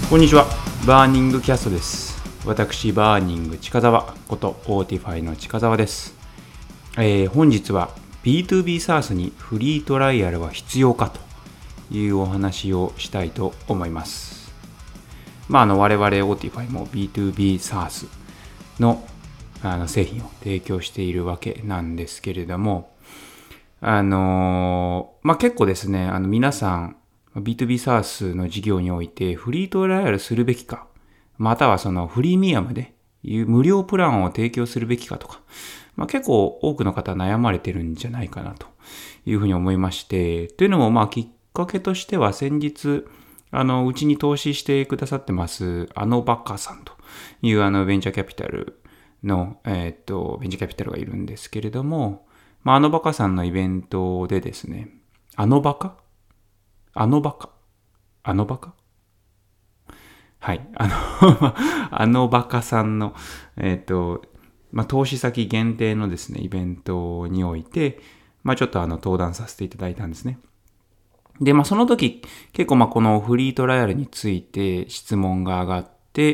こんにちは、バーニングキャストです。私、バーニング近澤ことオーティファイの近澤です。本日は B2B SaaS にフリートライアルは必要かというお話をしたいと思います。我々オーティファイも B2B SaaS の製品を提供しているわけなんですけれども、結構ですね、皆さんB2B SaaS の事業においてフリートライアルするべきか、またはそのフリーミアムでいう無料プランを提供するべきかとか、結構多くの方悩まれてるんじゃないかなというふうに思いまして、というのもきっかけとしては先日、うちに投資してくださってます、バカさんというベンチャーキャピタルの、ベンチャーキャピタルがいるんですけれども、バカさんのイベントでですね、バカはい。バカさんの、投資先限定のですね、イベントにおいて、ちょっと登壇させていただいたんですね。で、その時、結構このフリートライアルについて質問が上がって、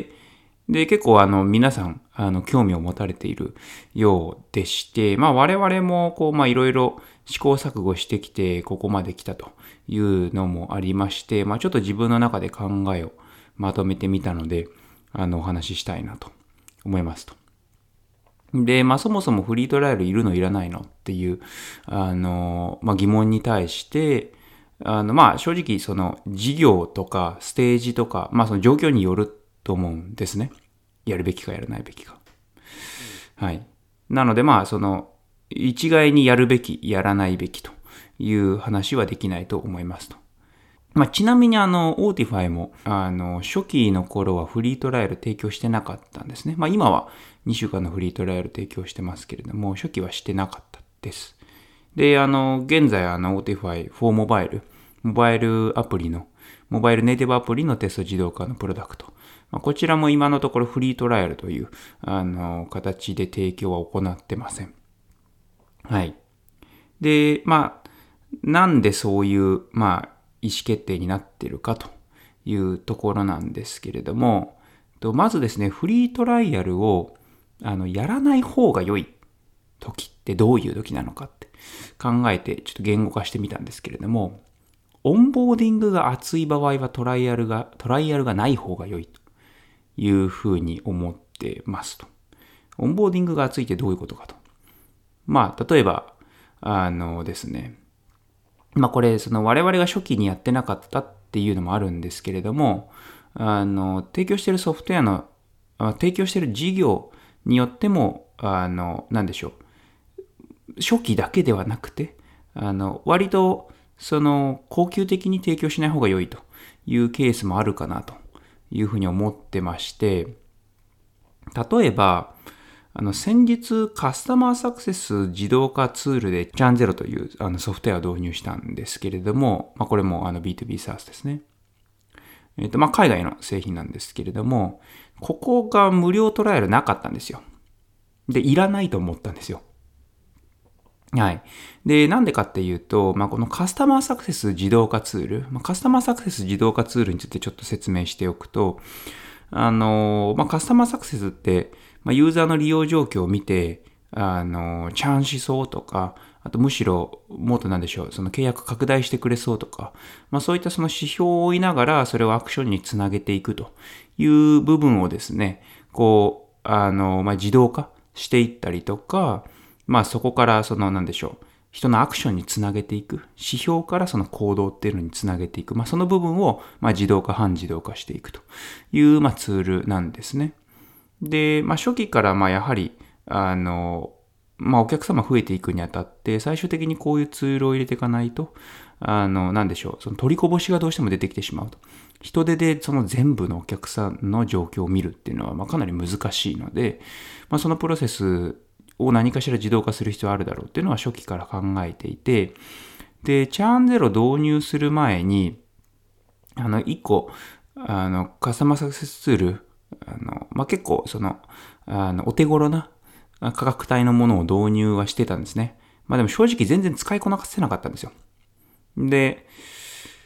で、結構皆さん、興味を持たれているようでして、我々もいろいろ試行錯誤してきて、ここまで来たというのもありまして、ちょっと自分の中で考えをまとめてみたので、お話ししたいなと思いますと。で、そもそもフリートライアルいるのいらないのっていう、疑問に対して、正直その事業とかステージとか、その状況によると思うんですね。やるべきかやらないべきか。はい。なのでその一概にやるべき、やらないべきという話はできないと思いますと。ちなみにオーティファイも初期の頃はフリートライアル提供してなかったんですね。今は2週間のフリートライアル提供してますけれども、初期はしてなかったです。で、現在オーティファイ4モバイルアプリの、モバイルネイティブアプリのテスト自動化のプロダクト。こちらも今のところフリートライアルという、形で提供は行ってません。はい。で、なんでそういう、意思決定になっているかというところなんですけれども、まずですね、フリートライアルを、やらない方が良い時ってどういう時なのかって考えてちょっと言語化してみたんですけれども、オンボーディングが厚い場合はトライアルがない方が良いというふうに思ってますと。オンボーディングが厚いってどういうことかと。例えば、ですね、これ、その我々が初期にやってなかったっていうのもあるんですけれども、提供しているソフトウェアの、提供している事業によっても、なんでしょう。初期だけではなくて、割と、その、恒久的に提供しない方が良いというケースもあるかなというふうに思ってまして、例えば、先日カスタマーサクセス自動化ツールでチャンゼロというソフトウェアを導入したんですけれども、これもB2B SaaS ですね。海外の製品なんですけれども、ここが無料トライアルなかったんですよ。で、いらないと思ったんですよ。はい。で、なんでかっていうと、このカスタマーサクセス自動化ツール、カスタマーサクセス自動化ツールについてちょっと説明しておくと、カスタマーサクセスって、ユーザーの利用状況を見て、チャンしそうとか、あとむしろ、もっとなんでしょう、その契約拡大してくれそうとか、そういったその指標を追いながら、それをアクションにつなげていくという部分をですね、自動化していったりとか、そこからそのなんでしょう、人のアクションにつなげていく、指標からその行動っていうのにつなげていく、その部分を自動化、半自動化していくというツールなんですね。で、初期からやはり、お客様増えていくにあたって、最終的にこういうツールを入れていかないと、なんでしょう、その取りこぼしがどうしても出てきてしまうと。人手でその全部のお客さんの状況を見るっていうのはかなり難しいので、そのプロセスを何かしら自動化する必要あるだろうっていうのは初期から考えていて、で、チャーンゼロ導入する前に、一個、カスタマーサクセスツール、結構、お手頃な価格帯のものを導入はしてたんですね。でも正直全然使いこなせなかったんですよ。で、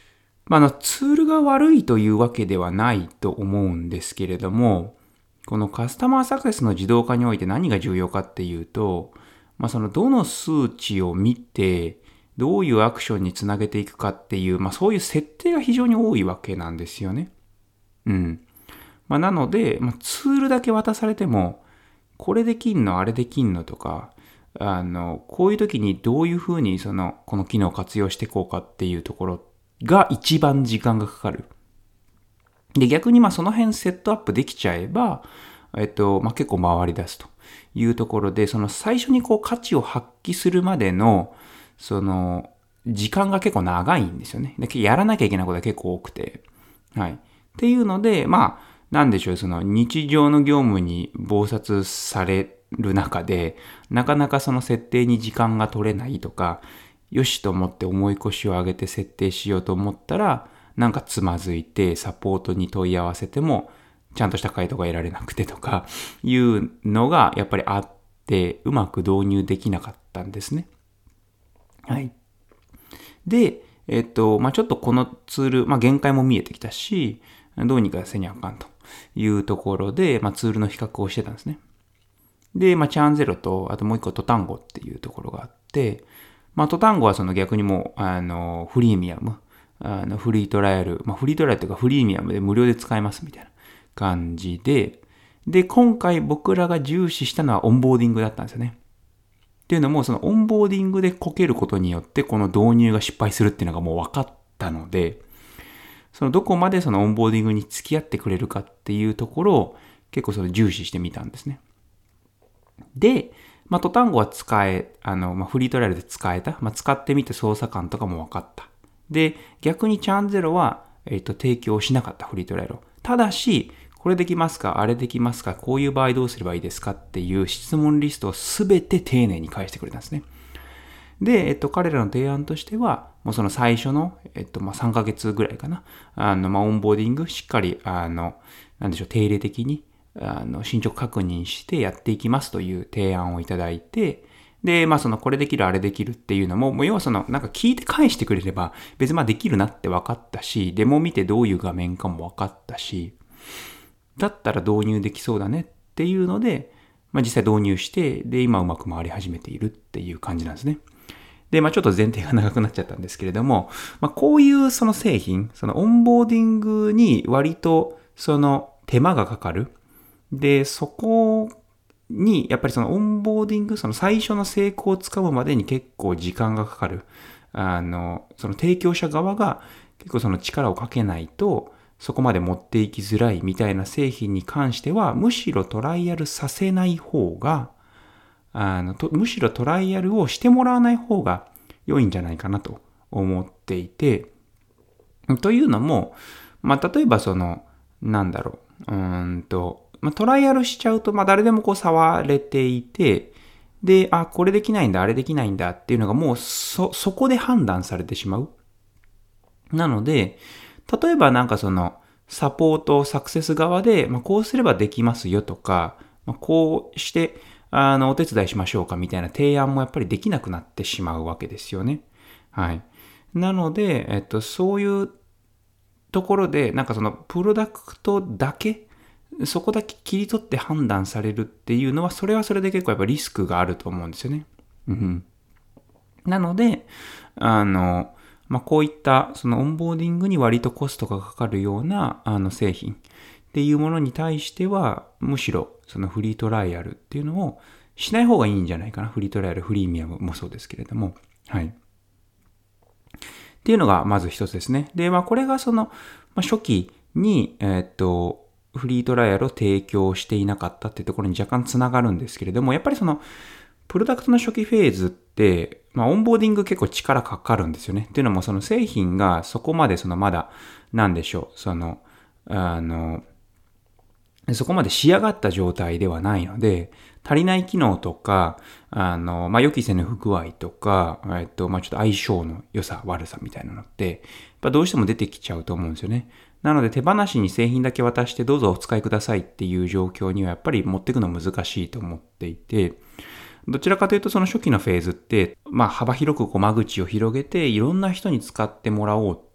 ツールが悪いというわけではないと思うんですけれども、このカスタマーサクセスの自動化において何が重要かっていうと、そのどの数値を見て、どういうアクションにつなげていくかっていう、そういう設定が非常に多いわけなんですよね。なので、ツールだけ渡されても、これできんの、あれできんのとか、こういう時にどういうふうにこの機能を活用していこうかっていうところが一番時間がかかる。で、逆にその辺セットアップできちゃえば、結構回り出すというところで、その最初に価値を発揮するまでの、時間が結構長いんですよね。で、やらなきゃいけないことが結構多くて。はい。っていうので、なんでしょう、日常の業務に忙殺される中で、なかなかその設定に時間が取れないとか、よしと思って重い腰を上げて設定しようと思ったら、なんかつまずいて、サポートに問い合わせても、ちゃんとした回答が得られなくてとか、いうのがやっぱりあって、うまく導入できなかったんですね。はい。で、ちょっとこのツール、限界も見えてきたし、どうにかせにゃあかんというところで、ツールの比較をしてたんですね。で、チャンゼロと、あともう一個トタンゴっていうところがあって、トタンゴは逆にもう、フリーミアム、フリートライアル、フリートライアルというかフリーミアムで無料で使えますみたいな感じで、今回僕らが重視したのはオンボーディングだったんですよね。っていうのも、そのオンボーディングでこけることによって、この導入が失敗するっていうのがもう分かったので、どこまでそのオンボーディングに付き合ってくれるかっていうところを結構重視してみたんですね。で、トタンゴは使え、フリートライアルで使えた。使ってみて操作感とかも分かった。で、逆にチャンゼロは、提供しなかったフリートライアルを。ただし、これできますか、あれできますか、こういう場合どうすればいいですかっていう質問リストをすべて丁寧に返してくれたんですね。で、彼らの提案としては、もうその最初の、3ヶ月ぐらいかな。オンボーディング、しっかり、定例的に、進捗確認してやっていきますという提案をいただいて、で、これできる、あれできるっていうのも、要はなんか聞いて返してくれれば、別にできるなって分かったし、デモ見てどういう画面かも分かったし、だったら導入できそうだねっていうので、実際導入して、で、今うまく回り始めているっていう感じなんですね。で、ちょっと前提が長くなっちゃったんですけれども、こういう製品、オンボーディングに割と手間がかかる。で、そこに、やっぱりオンボーディング、最初の成功をつかむまでに結構時間がかかる。提供者側が結構力をかけないと、そこまで持っていきづらいみたいな製品に関しては、むしろトライアルさせない方が、むしろトライアルをしてもらわない方が良いんじゃないかなと思っていて、というのも、例えばトライアルしちゃうと、誰でも触れていて、で、これできないんだ、あれできないんだっていうのがもうそこで判断されてしまう。なので、例えばサポート、サクセス側で、こうすればできますよとか、こうして、お手伝いしましょうかみたいな提案もやっぱりできなくなってしまうわけですよね。はい。なので、そういうところで、プロダクトだけ、そこだけ切り取って判断されるっていうのは、それはそれで結構やっぱリスクがあると思うんですよね。なので、こういったオンボーディングに割とコストがかかるような製品っていうものに対しては、むしろフリートライアルっていうのをしない方がいいんじゃないかな。フリートライアル、フリーミアムもそうですけれども。はい。っていうのがまず一つですね。で、これが初期に、フリートライアルを提供していなかったっていうところに若干つながるんですけれども、やっぱりプロダクトの初期フェーズって、オンボーディング結構力かかるんですよね。っていうのも製品がそこまでまだ、なんでしょう、そこまで仕上がった状態ではないので、足りない機能とか、予期せぬ不具合とか、ちょっと相性の良さ、悪さみたいなのって、どうしても出てきちゃうと思うんですよね。なので手放しに製品だけ渡してどうぞお使いくださいっていう状況にはやっぱり持っていくの難しいと思っていて、どちらかというと初期のフェーズって、幅広く間口を広げていろんな人に使ってもらおうっ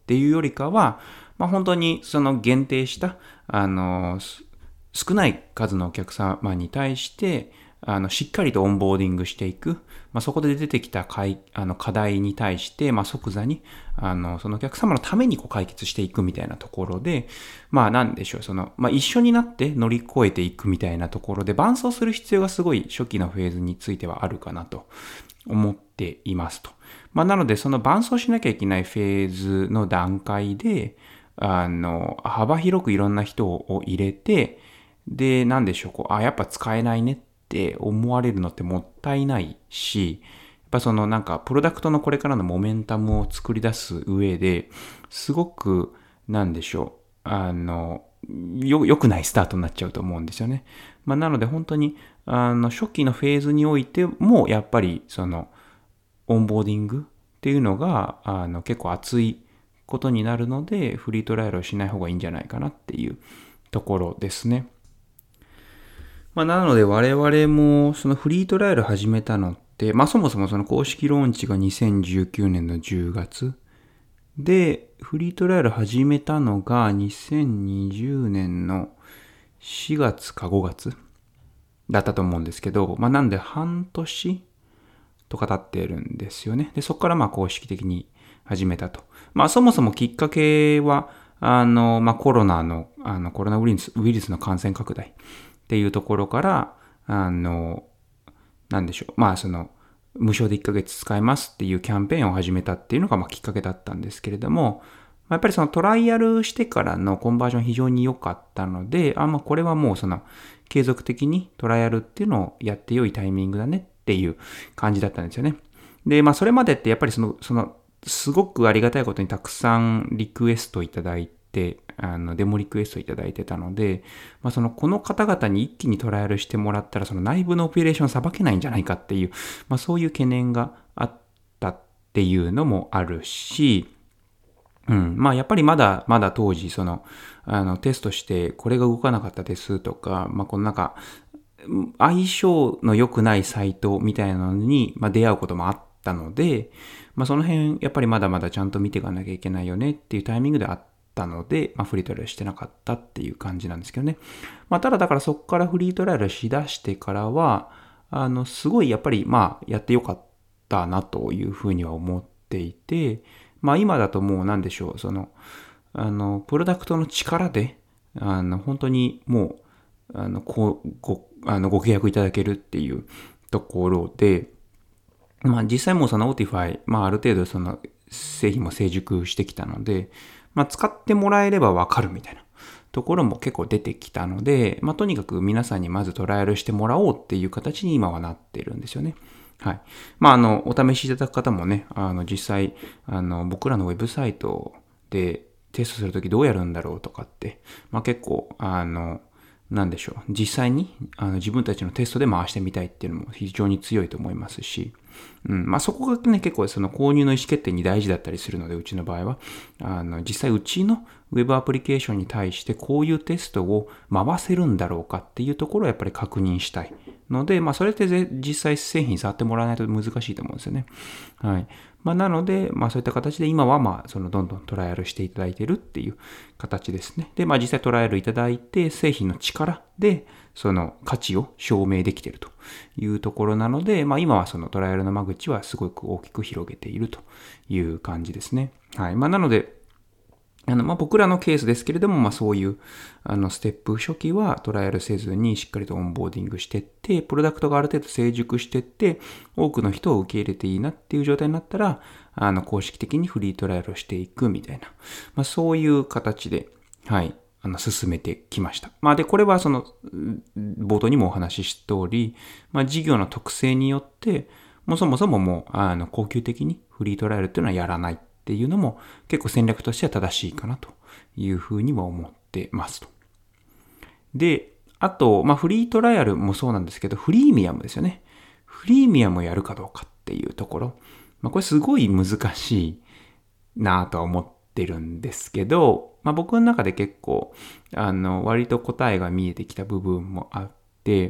っていうよりかは、本当にその限定した、少ない数のお客様に対して、しっかりとオンボーディングしていく。そこで出てきた課題に対して、即座に、そのお客様のために解決していくみたいなところで、なんでしょう、一緒になって乗り越えていくみたいなところで、伴走する必要がすごい初期のフェーズについてはあるかなと思っていますと。なので、その伴走しなきゃいけないフェーズの段階で、幅広くいろんな人を入れて、で、なんでしょう、やっぱ使えないねって思われるのってもったいないし、やっぱそのプロダクトのこれからのモメンタムを作り出す上で、すごく、なんでしょう、良くないスタートになっちゃうと思うんですよね。なので本当に、初期のフェーズにおいても、やっぱりその、オンボーディングっていうのが、結構熱いことになるので、フリートライアルをしない方がいいんじゃないかなっていうところですね。なので我々もそのフリートライアル始めたのって、そもそもその公式ローンチが2019年の10月で、フリートライアル始めたのが2020年の4月か5月だったと思うんですけど、なんで半年とか経ってるんですよね。で、そこから公式的に始めたと。そもそもきっかけは、コロナウイルスの感染拡大っていうところから、なんでしょう。その、無償で1ヶ月使えますっていうキャンペーンを始めたっていうのがきっかけだったんですけれども、やっぱりそのトライアルしてからのコンバージョン非常に良かったので、これはもうその継続的にトライアルっていうのをやって良いタイミングだねっていう感じだったんですよね。で、それまでってやっぱりその、すごくありがたいことにたくさんリクエストいただいて、デモリクエストいただいてたので、この方々に一気にトライアルしてもらったら、その内部のオペレーションさばけないんじゃないかっていう、そういう懸念があったっていうのもあるし、やっぱりまだ当時、テストしてこれが動かなかったですとか、この相性の良くないサイトみたいなのに、出会うこともあったので、その辺、やっぱりまだまだちゃんと見ていかなきゃいけないよねっていうタイミングであったので、フリートライアルしてなかったっていう感じなんですけどね。ただだからそこからフリートライアルしだしてからは、すごいやっぱりやってよかったなというふうには思っていて、今だともうなんでしょう、プロダクトの力で、本当にもう、ご契約いただけるっていうところで、実際もうその Otify、ある程度その製品も成熟してきたので、使ってもらえればわかるみたいなところも結構出てきたので、とにかく皆さんにまずトライアルしてもらおうっていう形に今はなってるんですよね。はい。お試しいただく方もね、実際、僕らのウェブサイトでテストするときどうやるんだろうとかって、結構、なんでしょう。実際に自分たちのテストで回してみたいっていうのも非常に強いと思いますし、そこがね、結構その購入の意思決定に大事だったりするので、うちの場合は、実際うちのウェブアプリケーションに対してこういうテストを回せるんだろうかっていうところをやっぱり確認したいので、それって実際製品触ってもらわないと難しいと思うんですよね。はい。なので、そういった形で今はどんどんトライアルしていただいているっていう形ですね。で、実際トライアルいただいて、製品の力で、その価値を証明できているというところなので、今はそのトライアルの間口はすごく大きく広げているという感じですね。はい。なので、僕らのケースですけれども、そういう、ステップ初期はトライアルせずにしっかりとオンボーディングしていって、プロダクトがある程度成熟していって、多くの人を受け入れていいなっていう状態になったら、公式的にフリートライアルをしていくみたいな、そういう形で、はい、進めてきました。で、これは冒頭にもお話しした通り、事業の特性によって、そもそももう、恒久的にフリートライアルっていうのはやらないっていうのも結構戦略としては正しいかなというふうには思ってますと。で、あと、フリートライアルもそうなんですけど、フリーミアムですよね。フリーミアムをやるかどうかっていうところ。これすごい難しいなとは思ってるんですけど、僕の中で結構、割と答えが見えてきた部分もあって、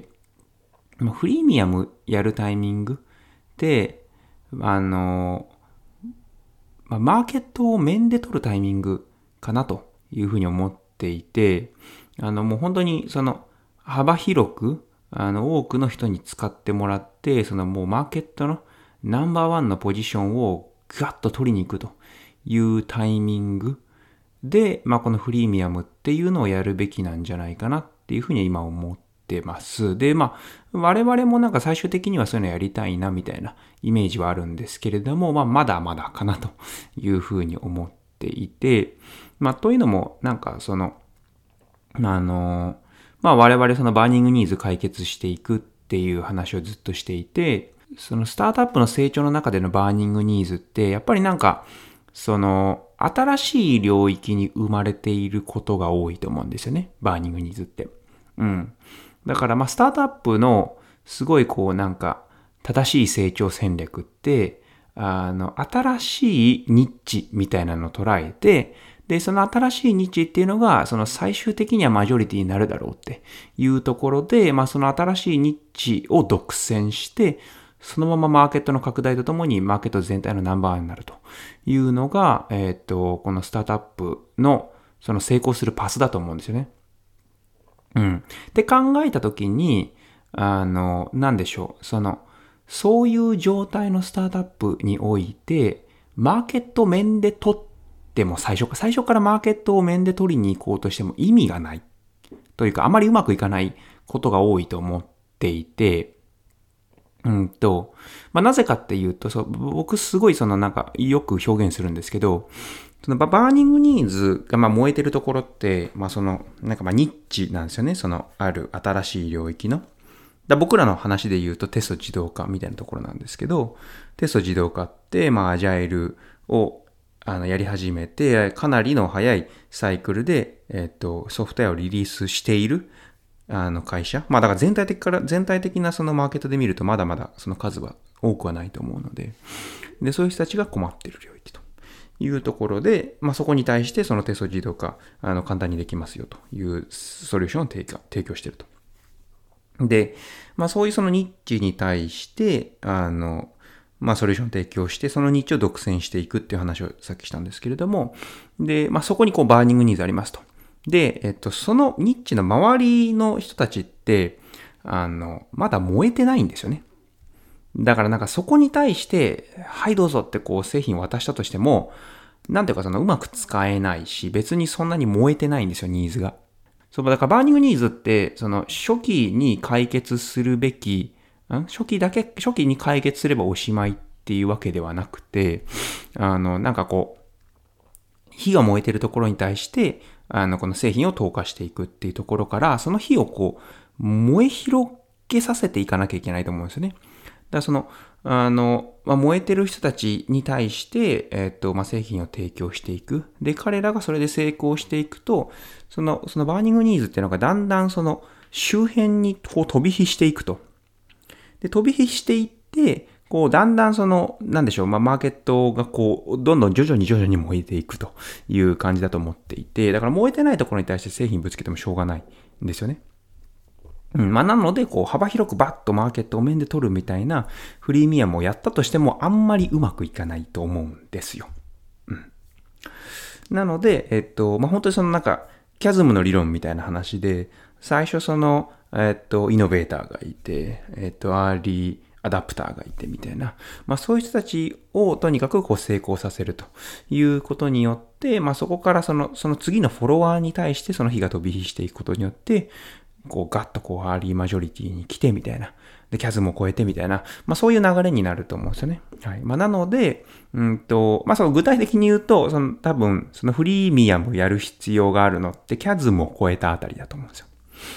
フリーミアムやるタイミングって、 マーケットを面で取るタイミングかなというふうに思っていて、もう本当に幅広く、多くの人に使ってもらって、もうマーケットのナンバーワンのポジションをガッと取りに行くというタイミングで、このフリーミアムっていうのをやるべきなんじゃないかなっていうふうに今思ってます。で、我々も最終的にはそういうのやりたいなみたいなイメージはあるんですけれども、まだまだかなというふうに思っていて、というのも我々バーニングニーズ解決していくっていう話をずっとしていて、スタートアップの成長の中でのバーニングニーズって、やっぱり新しい領域に生まれていることが多いと思うんですよね。バーニングニーズって。だからスタートアップのすごい正しい成長戦略って、新しいニッチみたいなのを捉えて、で、その新しいニッチっていうのが、最終的にはマジョリティになるだろうっていうところで、その新しいニッチを独占して、そのままマーケットの拡大とともにマーケット全体のナンバーワンになるというのが、このスタートアップの成功するパスだと思うんですよね。って考えたときに、なんでしょう、そういう状態のスタートアップにおいて、マーケット面で取っても最初からマーケットを面で取りに行こうとしても意味がない。というか、あまりうまくいかないことが多いと思っていて、なぜかっていうと、僕すごいよく表現するんですけど、バーニングニーズが燃えてるところって、ニッチなんですよね。ある新しい領域の。僕らの話で言うとテスト自動化みたいなところなんですけど、テスト自動化って、アジャイルをやり始めて、かなりの早いサイクルで、ソフトウェアをリリースしている会社。だから全体的なマーケットで見るとまだまだその数は多くはないと思うので、そういう人たちが困っている領域というところで、そこに対してそのテスト自動化、簡単にできますよというソリューションを提供していると。で、そういうニッチに対して、ソリューションを提供して、そのニッチを独占していくっていう話をさっきしたんですけれども、で、そこにバーニングニーズありますと。で、そのニッチの周りの人たちって、まだ燃えてないんですよね。だからそこに対して、はいどうぞって製品を渡したとしても、なんていうかうまく使えないし、別にそんなに燃えてないんですよ、ニーズが。だからバーニングニーズって、初期に解決するべき、初期に解決すればおしまいっていうわけではなくて、火が燃えてるところに対して、この製品を投下していくっていうところから、その火を燃え広げさせていかなきゃいけないと思うんですよね。だから燃えてる人たちに対して、製品を提供していく。で、彼らがそれで成功していくと、そのバーニングニーズっていうのがだんだん周辺に飛び火していくと。で、飛び火していって、だんだんなんでしょう、マーケットがどんどん徐々に燃えていくという感じだと思っていて、だから燃えてないところに対して製品ぶつけてもしょうがないんですよね。なので、幅広くバッとマーケットを面で取るみたいなフリーミアムをやったとしてもあんまりうまくいかないと思うんですよ。なので、本当にキャズムの理論みたいな話で、最初イノベーターがいて、アーリーアダプターがいてみたいな、そういう人たちをとにかく成功させるということによって、そこからその次のフォロワーに対してその火が飛び火していくことによって、ガッとアーリーマジョリティに来てみたいな。で、キャズムを超えてみたいな。そういう流れになると思うんですよね。はい。なので、具体的に言うと、多分、フリーミアムをやる必要があるのって、キャズムを超えたあたりだと思うんですよ。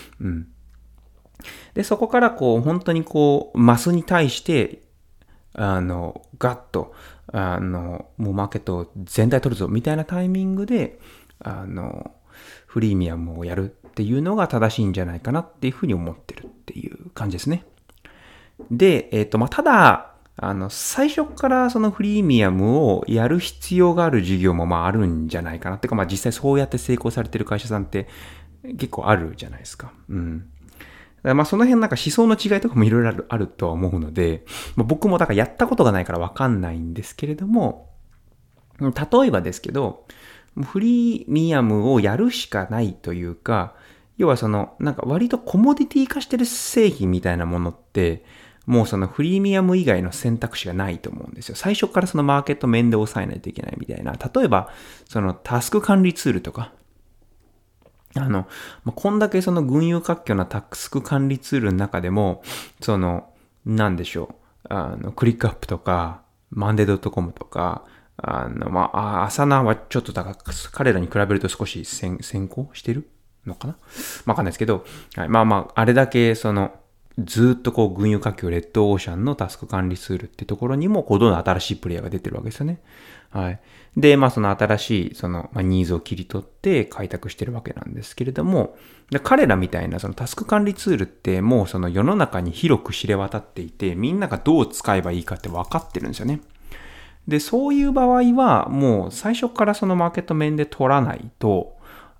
で、そこから本当にマスに対して、ガッと、もうマーケットを全体取るぞ、みたいなタイミングで、フリーミアムをやるっていうのが正しいんじゃないかなっていうふうに思ってるっていう感じですね。で、ただ、最初からそのフリーミアムをやる必要がある事業もあるんじゃないかなっていうか、実際そうやって成功されてる会社さんって結構あるじゃないですか。だからその辺思想の違いとかもいろいろあるとは思うので、僕もだからやったことがないからわかんないんですけれども、 例えばですけど、フリーミアムをやるしかないというか、要はなんか割とコモディティ化してる製品みたいなものって、もうそのフリーミアム以外の選択肢がないと思うんですよ。最初からそのマーケット面で抑えないといけないみたいな。例えば、そのタスク管理ツールとか、こんだけその群雄割拠なタスク管理ツールの中でも、なんでしょう、クリックアップとか、マンデー .com とか、アサナはちょっと彼らに比べると少し先行してるのかなわかんないですけど、はい、あれだけずっと群雄割拠レッドオーシャンのタスク管理ツールってところにも、どんどん新しいプレイヤーが出てるわけですよね。はい。で、その新しい、ニーズを切り取って開拓してるわけなんですけれども、彼らみたいなタスク管理ツールってもう世の中に広く知れ渡っていて、みんながどう使えばいいかって分かってるんですよね。で、そういう場合は、もう最初からマーケット面で取らないと、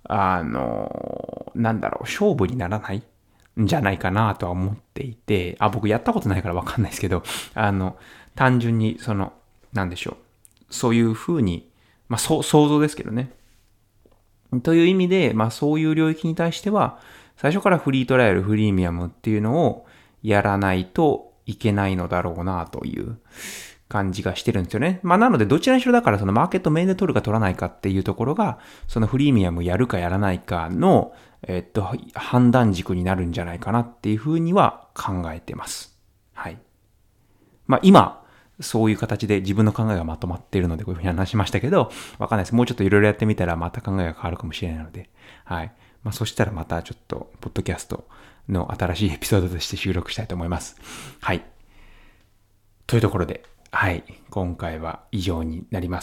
勝負にならないんじゃないかなとは思っていて、僕やったことないからわかんないですけど、単純になんでしょう。そういうふうに、想像ですけどね。という意味で、そういう領域に対しては、最初からフリートライアル、フリーミアムっていうのをやらないといけないのだろうなという感じがしてるんですよね。なので、どちらにしろだからマーケット面で取るか取らないかっていうところが、フリーミアムやるかやらないかの、判断軸になるんじゃないかなっていうふうには考えてます。はい。今、そういう形で自分の考えがまとまっているのでこういうふうに話しましたけど、わかんないです。もうちょっといろいろやってみたらまた考えが変わるかもしれないので、はい。そしたらまたちょっと、ポッドキャストの新しいエピソードとして収録したいと思います。はい。というところで、はい。今回は以上になります。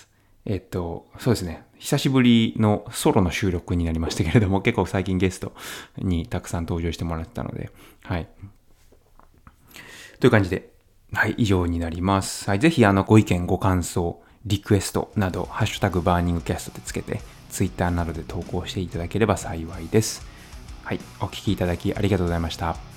そうですね。久しぶりのソロの収録になりましたけれども、結構最近ゲストにたくさん登場してもらったので、はい。という感じで、はい、以上になります。はい、ぜひご意見、ご感想、リクエストなど、ハッシュタグバーニングキャストでつけて、ツイッターなどで投稿していただければ幸いです。はい、お聞きいただきありがとうございました。